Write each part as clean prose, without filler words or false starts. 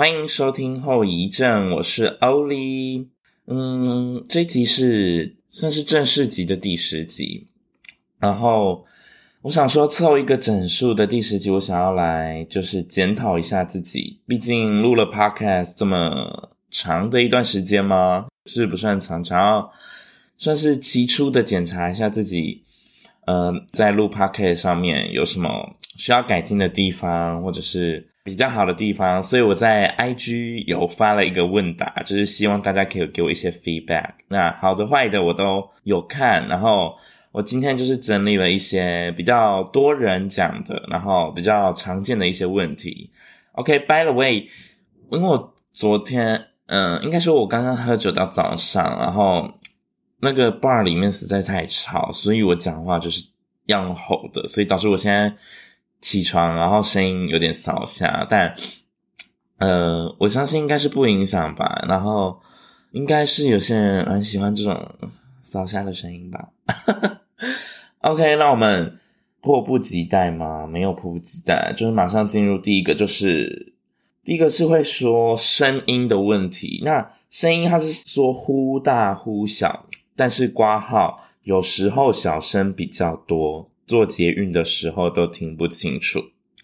欢迎收听后遗症，我是欧丽。这一集算是正式集的第10集，然后我想说凑一个整数的第10集，我想要来就是检讨一下自己，毕竟录了 podcast 这么长的一段时间吗？是不算长，想要算是期初的检查一下自己在录 podcast 上面有什么需要改进的地方，或者是比较好的地方，所以我在 IG 有发了一个问答，就是希望大家可以给我一些 feedback， 那好的坏的我都有看，然后我今天就是整理了一些比较多人讲的，然后比较常见的一些问题。 OK, by the way, 因为我昨天应该说我刚刚喝酒到早上，然后那个 bar 里面实在太吵，所以我讲话就是要用吼的，所以导致我现在起床然后声音有点扫瞎，但我相信应该是不影响吧，然后应该是有些人很喜欢这种扫瞎的声音吧。OK, 那我们迫不及待吗？没有迫不及待，就是马上进入第一个是会说声音的问题。那声音它是说忽大忽小，但是括号有时候小声比较多，做捷运的时候都听不清楚。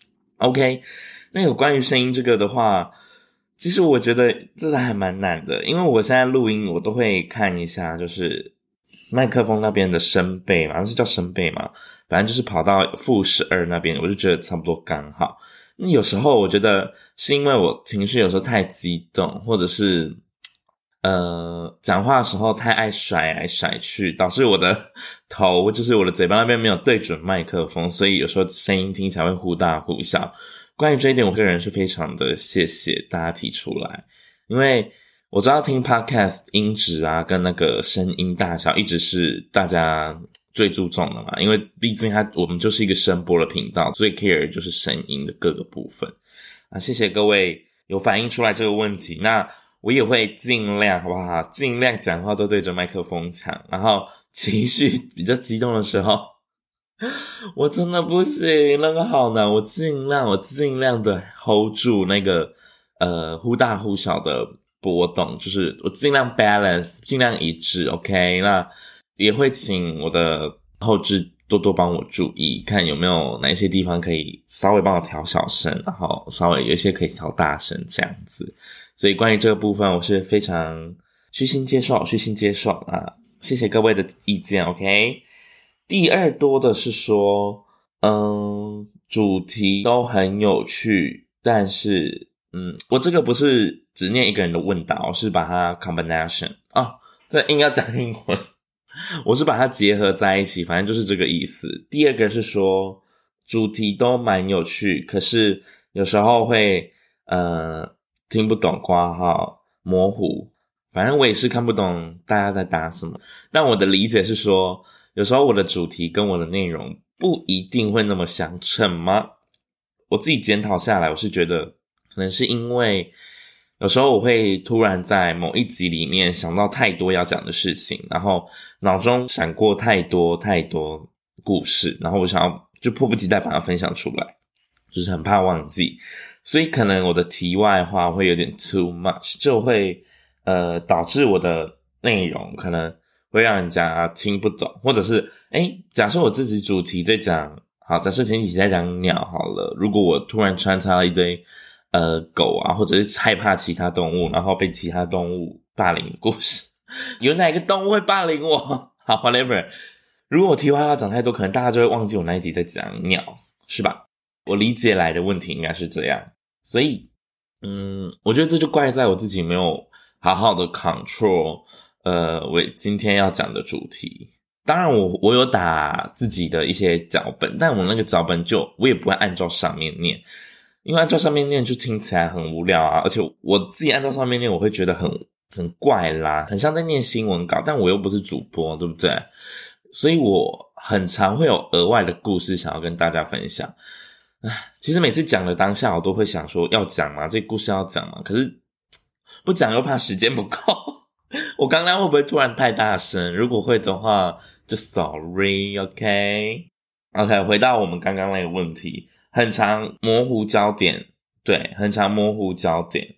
OK, 那有关于声音这个的话，其实我觉得这还蛮难的，因为我现在录音我都会看一下就是麦克风那边的声贝嘛，是叫声贝嘛，反正就是跑到-12那边，我就觉得差不多刚好。那有时候我觉得是因为我情绪有时候太激动，或者是讲话的时候太爱甩来甩去，导致我的头就是我的嘴巴那边没有对准麦克风，所以有时候声音听起来会忽大忽小。关于这一点我个人是非常的谢谢大家提出来，因为我知道听 podcast 音质啊跟那个声音大小一直是大家最注重的嘛，因为毕竟我们就是一个声波的频道，最 care 就是声音的各个部分啊。谢谢各位有反映出来这个问题，那我也会尽量好不好，尽量讲话都对着麦克风讲，然后情绪比较激动的时候我真的不行，那个好难，我尽量的 hold 住那个忽大忽小的波动，就是我尽量 balance， 尽量一致。 OK, 那也会请我的后制多多帮我注意，看有没有哪一些地方可以稍微帮我调小声，然后稍微有一些可以调大声这样子。所以关于这个部分我是非常虚心接受啊，谢谢各位的意见。 OK, 第二多的是说主题都很有趣，但是我这个不是只念一个人的问答，我是把它 combination 这应该讲英文，我是把它结合在一起，反正就是这个意思。第二个是说主题都蛮有趣，可是有时候会听不懂括号模糊，反正我也是看不懂大家在打什么，但我的理解是说有时候我的主题跟我的内容不一定会那么相称吗？我自己检讨下来，我是觉得可能是因为有时候我会突然在某一集里面想到太多要讲的事情，然后脑中闪过太多故事，然后我想要就迫不及待把它分享出来，就是很怕忘记，所以可能我的题外话会有点 too much， 就会导致我的内容可能会让人家听不懂，或者是假设我自己主题在讲，好，假设前几集在讲鸟好了，如果我突然穿插了一堆狗啊，或者是害怕其他动物，然后被其他动物霸凌的故事，有哪个动物会霸凌我？好 whatever， 如果我题外话讲太多，可能大家就会忘记我那一集在讲鸟，是吧？我理解来的问题应该是这样，所以我觉得这就怪在我自己没有好好的 control我今天要讲的主题。当然我有打自己的一些脚本，但我那个脚本我也不会按照上面念，因为按照上面念就听起来很无聊啊，而且我自己按照上面念我会觉得很怪啦，很像在念新闻稿，但我又不是主播，对不对？所以我很常会有额外的故事想要跟大家分享。其实每次讲的当下我都会想说要讲吗？这故事要讲吗？可是不讲又怕时间不够我刚刚会不会突然太大声？如果会的话就 sorry。 OK, 回到我们刚刚那个问题，很常模糊焦点，对，很常模糊焦点。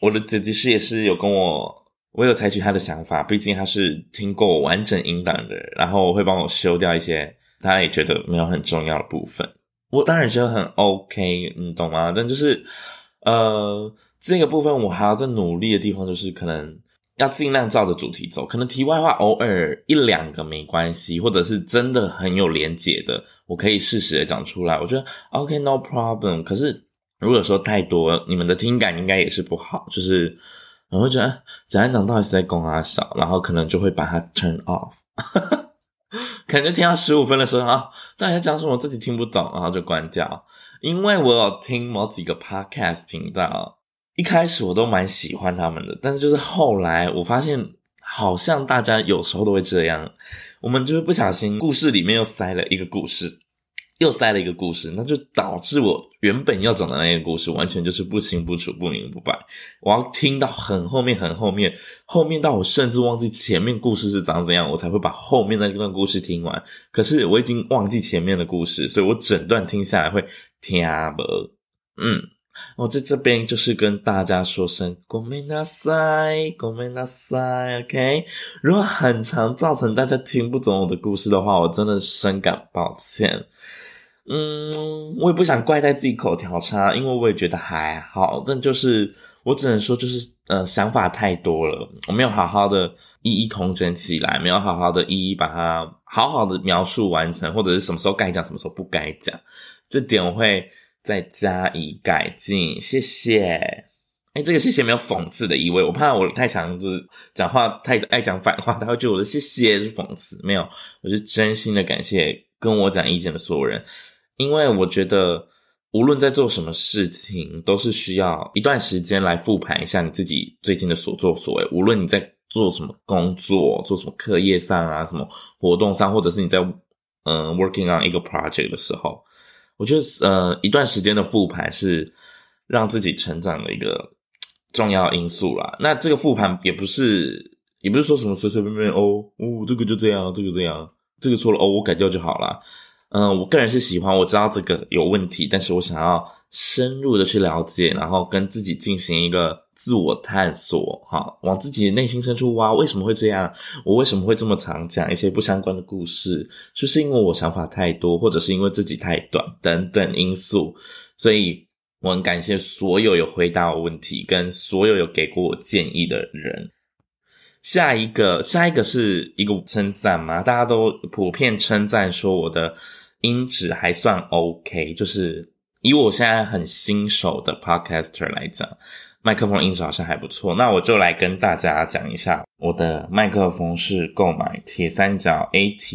我的剪辑师也是有跟我有采取他的想法，毕竟他是听过我完整音档的，然后我会帮我修掉一些他也觉得没有很重要的部分。我当然觉得很 OK， 你懂吗？但就是这个部分我还要再努力的地方，就是可能要尽量照着主题走，可能题外话偶尔一两个没关系，或者是真的很有连结的，我可以适时的讲出来，我觉得 OK no problem。可是如果说太多，你们的听感应该也是不好，就是我会觉得蒋院长到底是在攻阿小，然后可能就会把它 turn off 可能就听到15分的时候啊，到底在讲什么我自己听不懂，然后就关掉。因为我有听某几个 podcast 频道，一开始我都蛮喜欢他们的，但是就是后来我发现好像大家有时候都会这样，我们就是不小心故事里面又塞了一个故事，那就导致我原本要讲的那个故事完全就是不清不楚不明不白，我要听到很后面后面到我甚至忘记前面故事是长怎样，我才会把后面那段故事听完。可是我已经忘记前面的故事，所以我整段听下来会听不我在这边就是跟大家说声ごめんなさい OK。 如果很常造成大家听不懂我的故事的话，我真的深感抱歉。我也不想怪在自己口条差，因为我也觉得还好，但就是我只能说就是想法太多了，我没有好好的一一统整起来，没有好好的一一把它好好的描述完成，或者是什么时候该讲什么时候不该讲，这点我会再加以改进，谢谢。这个谢谢没有讽刺的意味，我怕我太常就是讲话太爱讲反话，他会觉得我的谢谢是讽刺，没有，我是真心的感谢跟我讲意见的所有人。因为我觉得无论在做什么事情都是需要一段时间来复盘一下你自己最近的所作所为，无论你在做什么工作，做什么课业上啊，什么活动上，或者是你在working on 一个 project 的时候，我觉得一段时间的复盘是让自己成长的一个重要因素啦。那这个复盘也不是说什么随随便便这个就这样，这个这样，这个错了我改掉就好啦。我个人是喜欢，我知道这个有问题，但是我想要深入的去了解，然后跟自己进行一个自我探索，往自己的内心深处挖，为什么会这样？我为什么会这么常讲一些不相关的故事？就是因为我想法太多，或者是因为自己太短等等因素，所以我很感谢所有有回答我问题跟所有有给过我建议的人。下一个是一个称赞嘛，大家都普遍称赞说我的音质还算 OK， 就是以我现在很新手的 podcaster 来讲，麦克风音质好像还不错。那我就来跟大家讲一下，我的麦克风是购买铁三角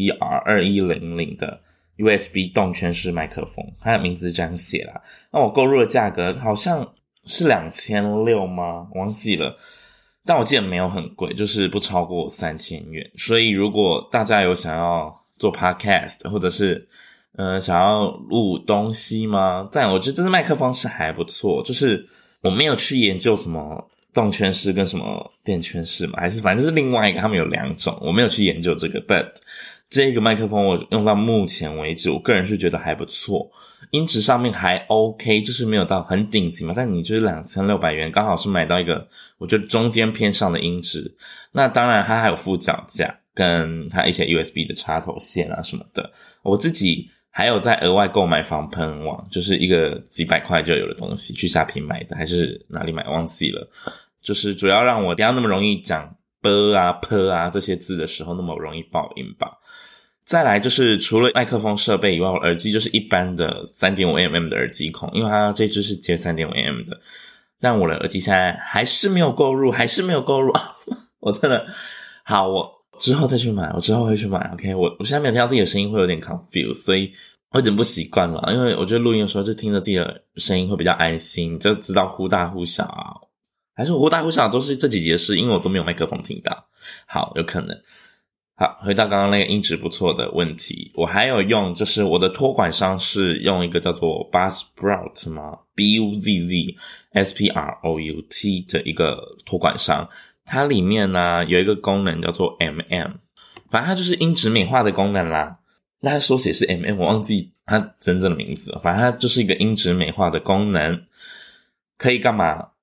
ATR2100 的 USB 动圈式麦克风，它的名字是这样写啦。那我购入的价格好像是2600吗？忘记了。但我记得没有很贵，就是不超过3000元。所以如果大家有想要做 podcast 或者是想要录东西吗？但我觉得这支麦克风是还不错，就是我没有去研究什么动圈式跟什么电圈式嘛，还是反正就是另外一个，他们有2种，我没有去研究这个。 but 这个麦克风我用到目前为止，我个人是觉得还不错，音质上面还 OK， 就是没有到很顶级嘛，但你就是2600元刚好是买到一个我觉得中间偏上的音质。那当然它还有副脚架跟它一些 USB 的插头线啊什么的，我自己还有在额外购买防喷网，就是一个几百块就有的东西，去虾皮买的还是哪里买忘记了，就是主要让我不要那么容易讲啵啊p啊这些字的时候那么容易爆音吧。再来就是除了麦克风设备以外，我耳机就是一般的 3.5mm 的耳机孔，因为它这支是接 3.5mm 的，但我的耳机现在还是没有购入我真的好，我之后再去买，我之后会去买 OK。 我现在没有听到自己的声音会有点 confused， 所以我有点不习惯了，因为我觉得录音的时候就听着自己的声音会比较安心，就知道忽大忽小啊，还是我忽大忽小都是这几集的事，因为我都没有麦克风听到。好，有可能。好，回到刚刚那个音质不错的问题，我还有用，就是我的托管商是用一个叫做 Buzzsprout 吗 BUZZ SPROUT 的一个托管商，它里面呢有一个功能叫做 MM， 反正它就是音质美化的功能啦。那它缩写是 MM， 我忘记它真正的名字了，反正它就是一个音质美化的功能。可以干嘛？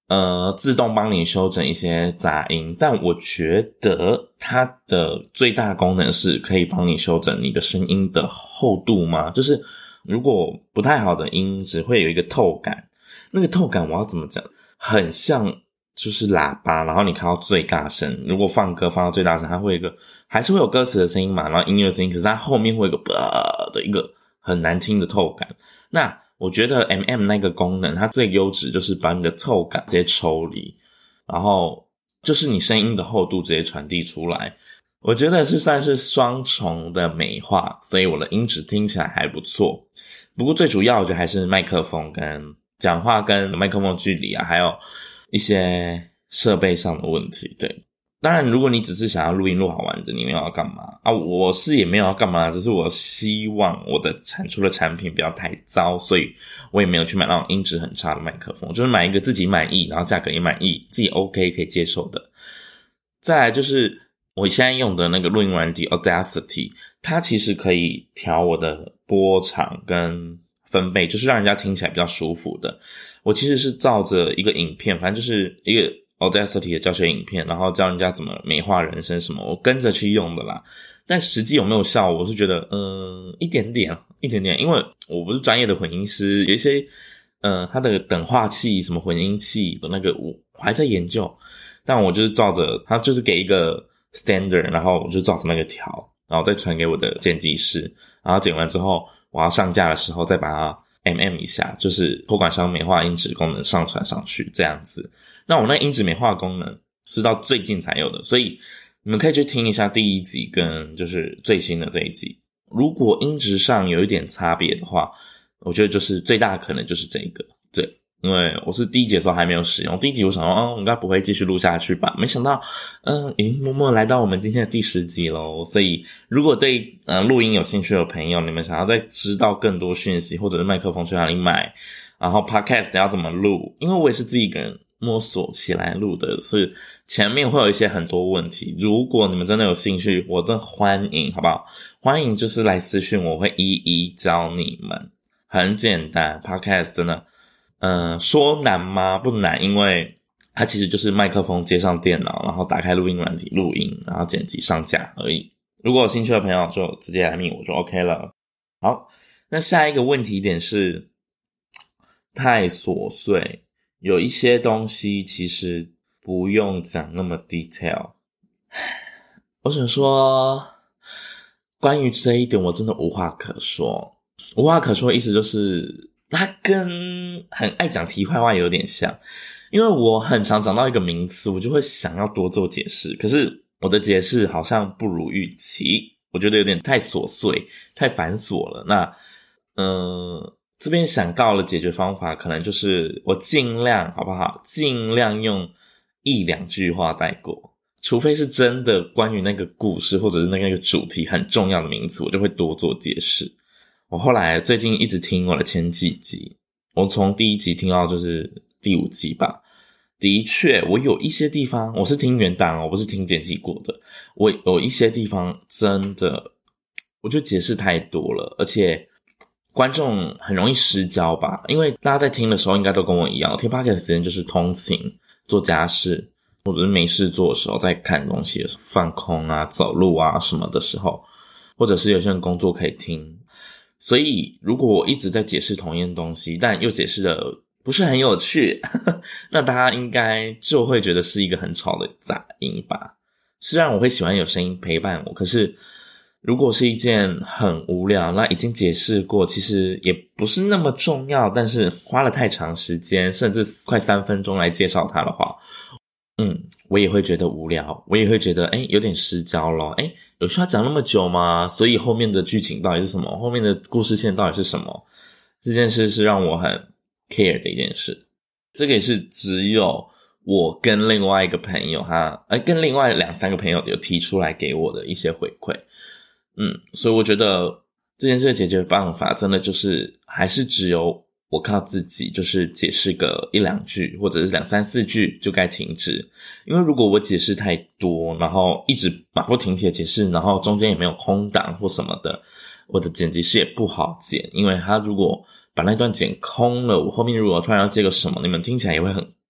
自动帮你修整一些杂音，但我觉得它的最大功能是可以帮你修整你的声音的厚度吗？就是如果不太好的音质会有一个透感，那个透感我要怎么讲？很像就是喇叭，然后你开到最大声，如果放歌放到最大声，它会有一个还是会有歌词的声音嘛，然后音乐的声音，可是它后面会有一个的一个很难听的透感。那我觉得 MM 那个功能它最优质就是把你的透感直接抽离，然后就是你声音的厚度直接传递出来，我觉得是算是双重的美化，所以我的音质听起来还不错。不过最主要我觉得还是麦克风跟讲话跟麦克风距离啊，还有一些设备上的问题。对，当然如果你只是想要录音录好玩的，你没有要干嘛啊？我是也没有要干嘛，只是我希望我的产出的产品不要太糟，所以我也没有去买那种音质很差的麦克风，就是买一个自己满意，然后价格也满意，自己 OK 可以接受的。再来就是我现在用的那个录音软体 Audacity， 它其实可以调我的波长跟分贝，就是让人家听起来比较舒服的。我其实是照着一个影片，反正就是一个 Audacity 的教学影片，然后教人家怎么美化人声什么，我跟着去用的啦。但实际有没有效，我是觉得一点点，因为我不是专业的混音师，有一些它的等化器什么混音器的那个我还在研究，但我就是照着它就是给一个 standard， 然后我就照着那个调，然后再传给我的剪辑师，然后剪完之后我要上架的时候再把它 MM 一下，就是托管商美化音质功能上传上去这样子。那我那音质美化功能是到最近才有的，所以你们可以去听一下第一集跟就是最新的这一集。如果音质上有一点差别的话，我觉得就是最大的可能就是这个。对，因为我是第一集的时候还没有使用，第一集我想说应该不会继续录下去吧，没想到已经默默来到我们今天的第10集咯。所以如果对录音有兴趣的朋友，你们想要再知道更多讯息，或者是麦克风去哪里买，然后 podcast 要怎么录，因为我也是自己一个人摸索起来录的，所以前面会有一些很多问题。如果你们真的有兴趣，我真的欢迎，好不好？欢迎就是来私讯我，会一一教你们。很简单 ，podcast 真的说难吗？不难，因为它其实就是麦克风接上电脑，然后打开录音软体录音，然后剪辑上架而已。如果有兴趣的朋友就直接来密我就 OK 了。好，那下一个问题点是太琐碎，有一些东西其实不用讲那么 detail。我想说关于这一点我真的无话可说。无话可说的意思就是它跟很爱讲题外话有点像，因为我很常讲到一个名词我就会想要多做解释，可是我的解释好像不如预期，我觉得有点太琐碎太繁琐了。那这边想到的解决方法可能就是我尽量好不好，尽量用1-2句话带过，除非是真的关于那个故事或者是那个主题很重要的名词，我就会多做解释。我后来最近一直听我的前几集，我从第1集听到就是第5集吧。的确我有一些地方我是听原档我不是听剪辑过的，我有一些地方真的我觉得解释太多了，而且观众很容易失焦吧，因为大家在听的时候应该都跟我一样，听 podcast 的时间就是通勤做家事或者是没事做的时候，在看东西的时候，放空啊走路啊什么的时候，或者是有些人工作可以听。所以如果我一直在解释同一样东西，但又解释的不是很有趣那大家应该就会觉得是一个很吵的杂音吧。虽然我会喜欢有声音陪伴我，可是如果是一件很无聊那已经解释过其实也不是那么重要，但是花了太长时间甚至快3分钟来介绍它的话，我也会觉得无聊，我也会觉得有点失焦咯。有需要讲那么久吗？所以后面的剧情到底是什么？后面的故事线到底是什么？这件事是让我很 care 的一件事。这个也是只有我跟另外一个朋友跟另外2-3个朋友有提出来给我的一些回馈。所以我觉得这件事的解决办法真的就是还是只有我靠自己，就是解释个1-2句或者是2-3-4句就该停止。因为如果我解释太多，然后一直马不停蹄的解释，然后中间也没有空档或什么的，我的剪辑师也不好剪，因为他如果把那段剪空了，我后面如果突然要接个什么，你们听起来也会很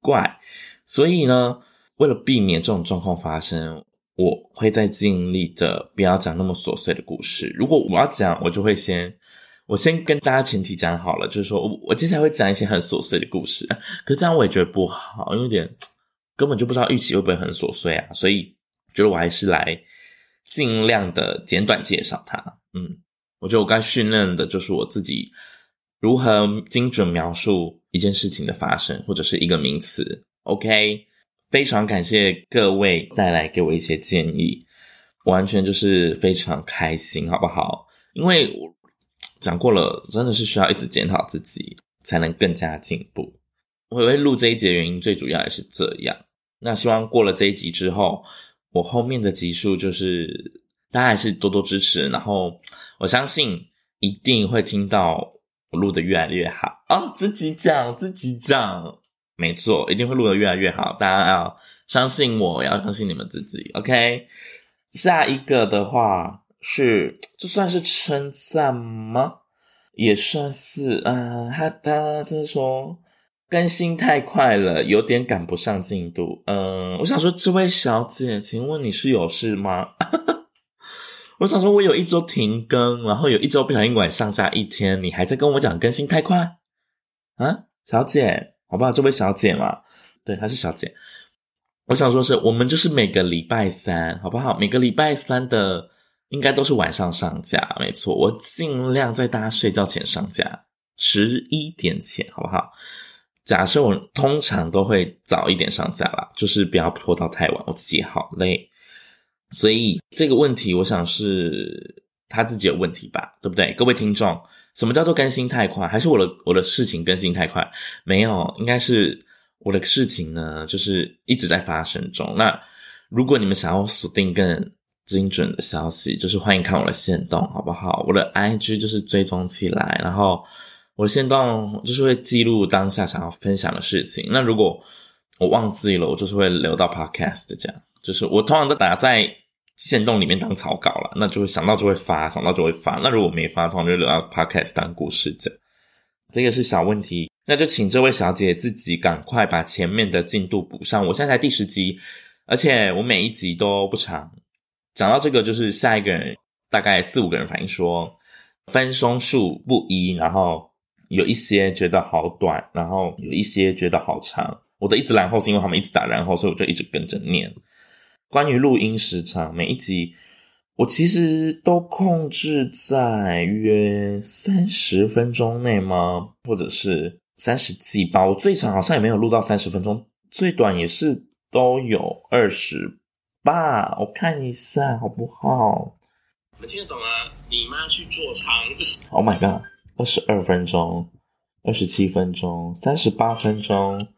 怪。所以呢，为了避免这种状况发生，我会再尽力的不要讲那么琐碎的故事。如果我要讲，我就会先跟大家前提讲好了，就是说我接下来会讲一些很琐碎的故事，可是这样我也觉得不好，因为有点根本就不知道预期会不会很琐碎啊，所以觉得我还是来尽量的简短介绍它。我觉得我该训练的就是我自己如何精准描述一件事情的发生，或者是一个名词。OK， 非常感谢各位带来给我一些建议，完全就是非常开心，好不好？因为我讲过了，真的是需要一直检讨自己才能更加进步。我会录这一集的原因最主要也是这样。那希望过了这一集之后，我后面的集数就是大家还是多多支持，然后我相信一定会听到我录的越来越好自己讲，没错，一定会录的越来越好，大家要相信我，也要相信你们自己。 OK， 下一个的话是，这算是称赞吗？也算是他就是说更新太快了，有点赶不上进度。我想说，这位小姐，请问你是有事吗？我想说，我有一周停更，然后有一周不小心晚上架一天，你还在跟我讲更新太快啊？小姐，好不好？这位小姐嘛，对，她是小姐。我想说是我们就是每个礼拜三，好不好？每个礼拜三的应该都是晚上上架，没错，我尽量在大家睡觉前上架，11点前，好不好？假设我通常都会早一点上架啦，就是不要拖到太晚，我自己好累。所以这个问题我想是他自己的问题吧，对不对？各位听众，什么叫做更新太快？还是我的事情更新太快？没有，应该是我的事情呢就是一直在发生中。那如果你们想要锁定更精准的消息，就是欢迎看我的限动，好不好？我的 IG 就是追踪起来，然后我的限动就是会记录当下想要分享的事情。那如果我忘记了，我就是会留到 podcast 这样，就是我通常都打在限动里面当草稿啦，那就会想到就会发，那如果没发，通常就留到 podcast 当故事讲。这个是小问题，那就请这位小姐自己赶快把前面的进度补上。我现在才第10集，而且我每一集都不长。讲到这个，就是下一个人大概4-5个人反映说分松数不一，然后有一些觉得好短，然后有一些觉得好长。我的一直然后是因为他们一直打然后，所以我就一直跟着念。关于录音时长，每一集我其实都控制在约30分钟内吗？或者是30几吧，我最长好像也没有录到30分钟，最短也是都有20吧，我看一下好不好？你们听得懂啊？你妈去做长，这是 Oh my god， 22分钟27分钟38分钟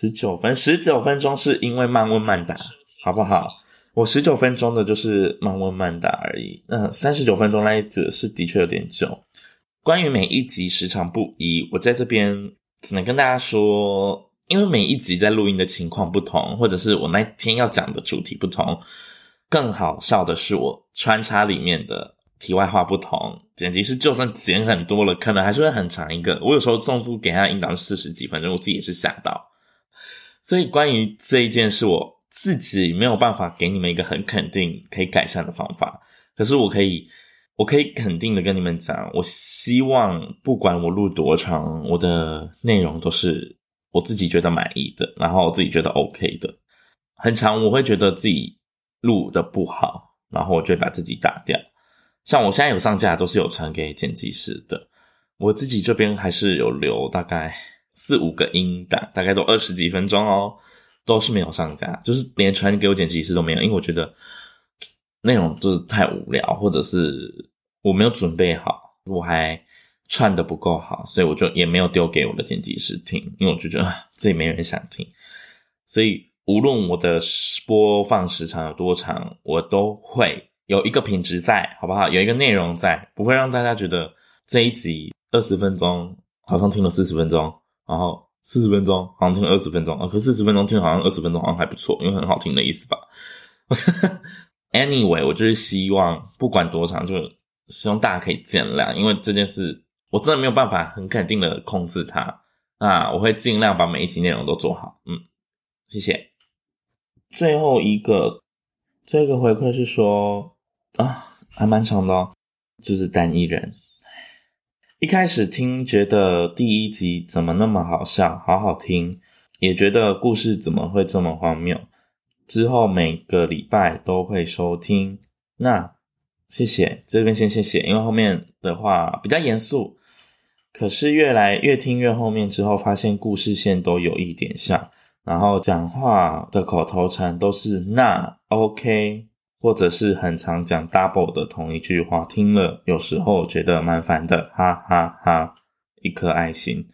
19分钟是因为慢问慢答，好不好？我19分钟的就是慢问慢答而已。39分钟那一则是的确有点久。关于每一集时长不一，我在这边只能跟大家说，因为每一集在录音的情况不同，或者是我那天要讲的主题不同，更好笑的是我穿插里面的题外话不同，剪辑师就算剪很多了，可能还是会很长一个。我有时候送出给他的音档是40几分钟，我自己也是吓到。所以关于这一件事，我自己没有办法给你们一个很肯定可以改善的方法，可是我可以肯定的跟你们讲，我希望不管我录多长，我的内容都是我自己觉得满意的，然后我自己觉得 OK 的。很长我会觉得自己录的不好，然后我就会把自己打掉。像我现在有上架都是有传给剪辑师的，我自己这边还是有留大概4-5个音档，大概都20几分钟哦，都是没有上架，就是连传给我剪辑师都没有，因为我觉得内容就是太无聊，或者是我没有准备好，我还串得不够好，所以我就也没有丢给我的剪辑师听，因为我就觉得自己没人想听。所以无论我的播放时长有多长，我都会有一个品质在，好不好？有一个内容在，不会让大家觉得这一集20分钟好像听了40分钟，然后40分钟好像听了20分钟，可是40分钟听了好像20分钟好像还不错，因为很好听的意思吧。Anyway， 我就是希望不管多长，就希望大家可以见谅，因为这件事我真的没有办法很肯定的控制它，我会尽量把每一集内容都做好。 谢谢。最后一个，这个回馈是说还蛮长的哦，就是单一人。一开始听觉得第一集怎么那么好笑，好好听，也觉得故事怎么会这么荒谬。之后每个礼拜都会收听，那谢谢，这边先谢谢，因为后面的话比较严肃，可是越听越后面之后，发现故事线都有一点像，然后讲话的口头禅都是那 OK， 或者是很常讲 double 的同一句话，听了有时候觉得蛮烦的，哈哈哈，一颗爱心。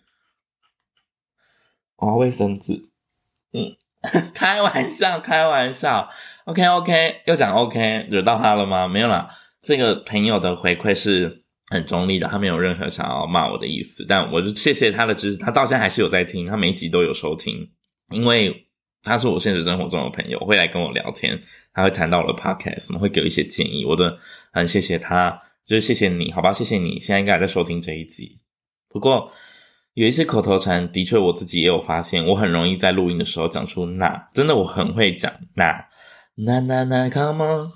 卫生纸，开玩笑 OK， 又讲 OK， 惹到他了吗？没有啦，这个朋友的回馈是很中立的，他没有任何想要骂我的意思，但我就谢谢他的支持，他到现在还是有在听，他每一集都有收听，因为他是我现实生活中的朋友，会来跟我聊天，他会谈到我的 podcast， 会给我一些建议，我的很谢谢他，就是谢谢你，好吧，谢谢你，现在应该还在收听这一集。不过有一些口头禅的确我自己也有发现，我很容易在录音的时候讲出那，真的我很会讲那 come on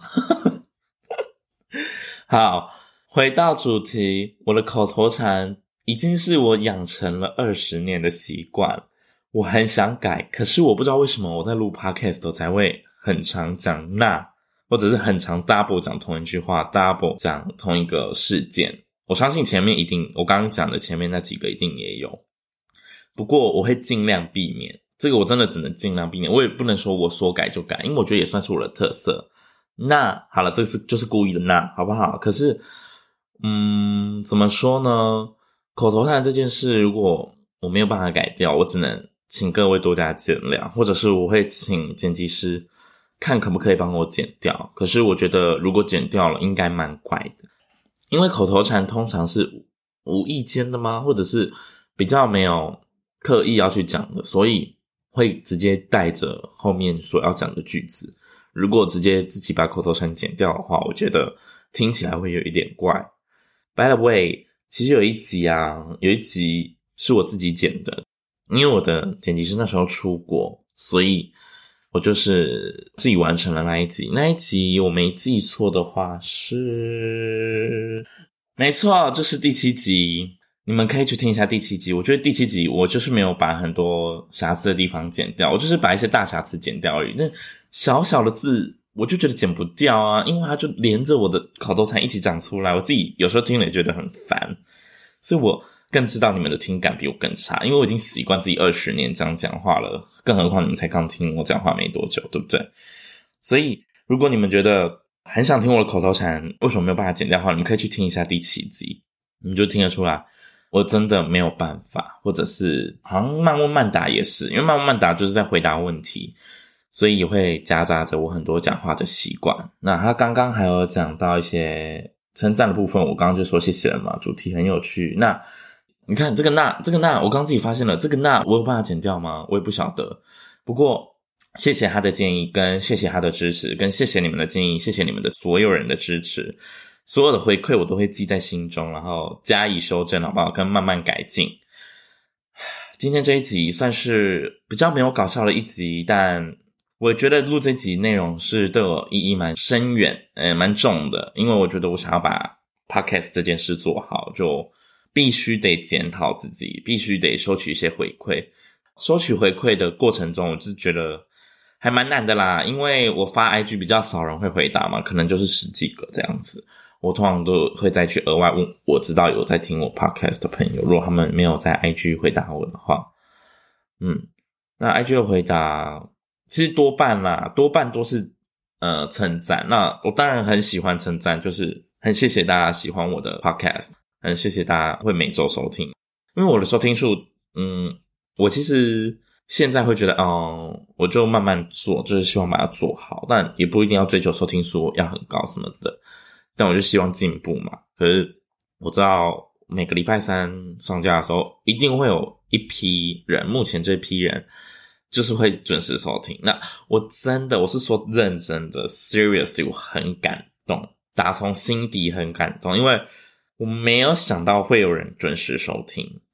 好，回到主题，我的口头禅已经是我养成了20年的习惯，我很想改，可是我不知道为什么我在录 podcast 才会很常讲那，或者是很常 double 讲同一句话， double 讲同一个事件，我相信前面一定，我刚刚讲的前面那几个一定也有，不过我会尽量避免，这个我真的只能尽量避免，我也不能说我说改就改，因为我觉得也算是我的特色。那好了，这是就是故意的那，好不好？可是怎么说呢，口头禅这件事如果我没有办法改掉，我只能请各位多加见谅，或者是我会请剪辑师看可不可以帮我剪掉，可是我觉得如果剪掉了应该蛮怪的，因为口头禅通常是无意间的吗？或者是比较没有刻意要去讲的，所以会直接带着后面所要讲的句子，如果直接自己把口头禅剪掉的话，我觉得听起来会有一点怪。 By the way， 其实有一集是我自己剪的，因为我的剪辑师那时候出国，所以我就是自己完成了那一集。那一集我没记错的话是，没错，这是第7集，你们可以去听一下第7集。我觉得第7集我就是没有把很多瑕疵的地方剪掉，我就是把一些大瑕疵剪掉而已，那小小的字我就觉得剪不掉啊，因为它就连着我的口头禅一起讲出来，我自己有时候听了也觉得很烦，所以我更知道你们的听感比我更差，因为我已经习惯自己20年这样讲话了，更何况你们才刚听我讲话没多久，对不对？所以如果你们觉得很想听我的口头禅为什么没有办法剪掉的话，你们可以去听一下第7集，你们就听得出来我真的没有办法，或者是好像慢问慢答也是，因为慢问慢答就是在回答问题，所以也会夹杂着我很多讲话的习惯。那他刚刚还有讲到一些称赞的部分，我刚刚就说谢谢了嘛，主题很有趣。那你看这个那，我刚刚自己发现了，这个那我有办法剪掉吗？我也不晓得。不过谢谢他的建议，跟谢谢他的支持，跟谢谢你们的建议，谢谢你们的所有人的支持，所有的回馈我都会记在心中，然后加以修正，好不好？跟慢慢改进。今天这一集算是比较没有搞笑的一集，但我觉得录这集内容是对我意义蛮深远蛮重的，因为我觉得我想要把 podcast 这件事做好，就必须得检讨自己，必须得收取一些回馈。收取回馈的过程中，我就觉得还蛮难的啦，因为我发 IG 比较少人会回答嘛，可能就是10几个这样子，我通常都会再去额外问我知道有在听我 podcast 的朋友，如果他们没有在 IG 回答我的话，那 IG 的回答其实多半都是称赞。那我当然很喜欢称赞，就是很谢谢大家喜欢我的 podcast， 很谢谢大家会每周收听，因为我的收听数我其实现在会觉得我就慢慢做，就是希望把它做好，但也不一定要追求收听数要很高什么的，但我就希望进步嘛。可是我知道每个礼拜3上架的时候一定会有一批人，目前这批人就是会准时收听，那我是说认真的 seriously 我很感动，打从心底很感动，因为我没有想到会有人准时收听，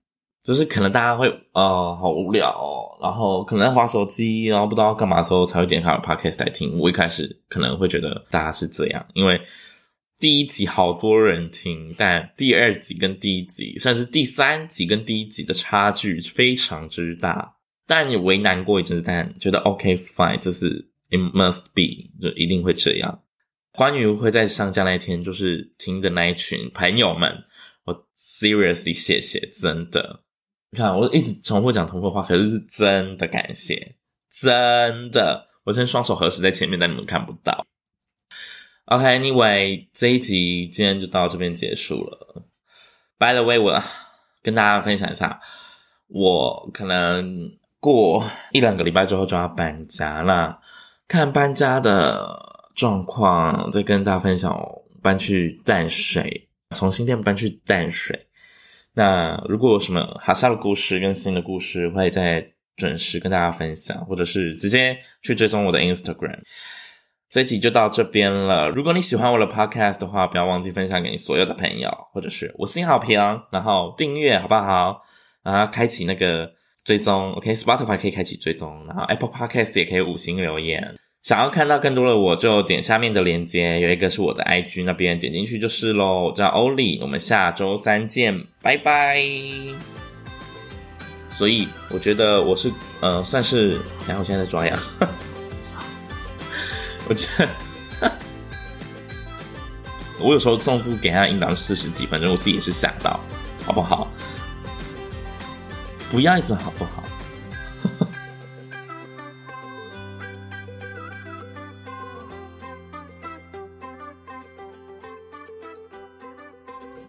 就是可能大家会好无聊哦，然后可能在滑手机，然后不知道干嘛的时候才会点开我 podcast 来听。我一开始可能会觉得大家是这样，因为第一集好多人听，但第二集跟第一集甚至第三集跟第一集的差距非常之大。当然你为难过一阵子，但觉得 OK fine， 这是 it must be， 就一定会这样。关于会在上架那一天就是听的那一群朋友们，我 seriously 谢谢，真的。你看我一直重复讲同样的话，可是真的感谢，真的，我真双手合十在前面，但你们看不到。OK anyway， 这一集今天就到这边结束了。By the way， 我跟大家分享一下，我可能过1-2个礼拜之后就要搬家，那看搬家的状况再跟大家分享。搬去淡水，从新店搬去淡水。那如果有什么哈萨的故事跟新的故事，会再准时跟大家分享，或者是直接去追踪我的 Instagram。这一集就到这边了。如果你喜欢我的 podcast 的话，不要忘记分享给你所有的朋友，或者是5星好评，然后订阅好不好？然后开启那个追踪 OK， Spotify 可以开启追踪，然后 Apple Podcast 也可以5星留言。想要看到更多的我，就点下面的链接，有一个是我的 IG， 那边点进去就是咯。我叫欧里，我们下周3见，拜拜。所以我觉得我是算是，然后我现在在抓痒我觉得我有时候送出给他音档40几分钟，我自己也是吓到，好不好？不要一直好不好？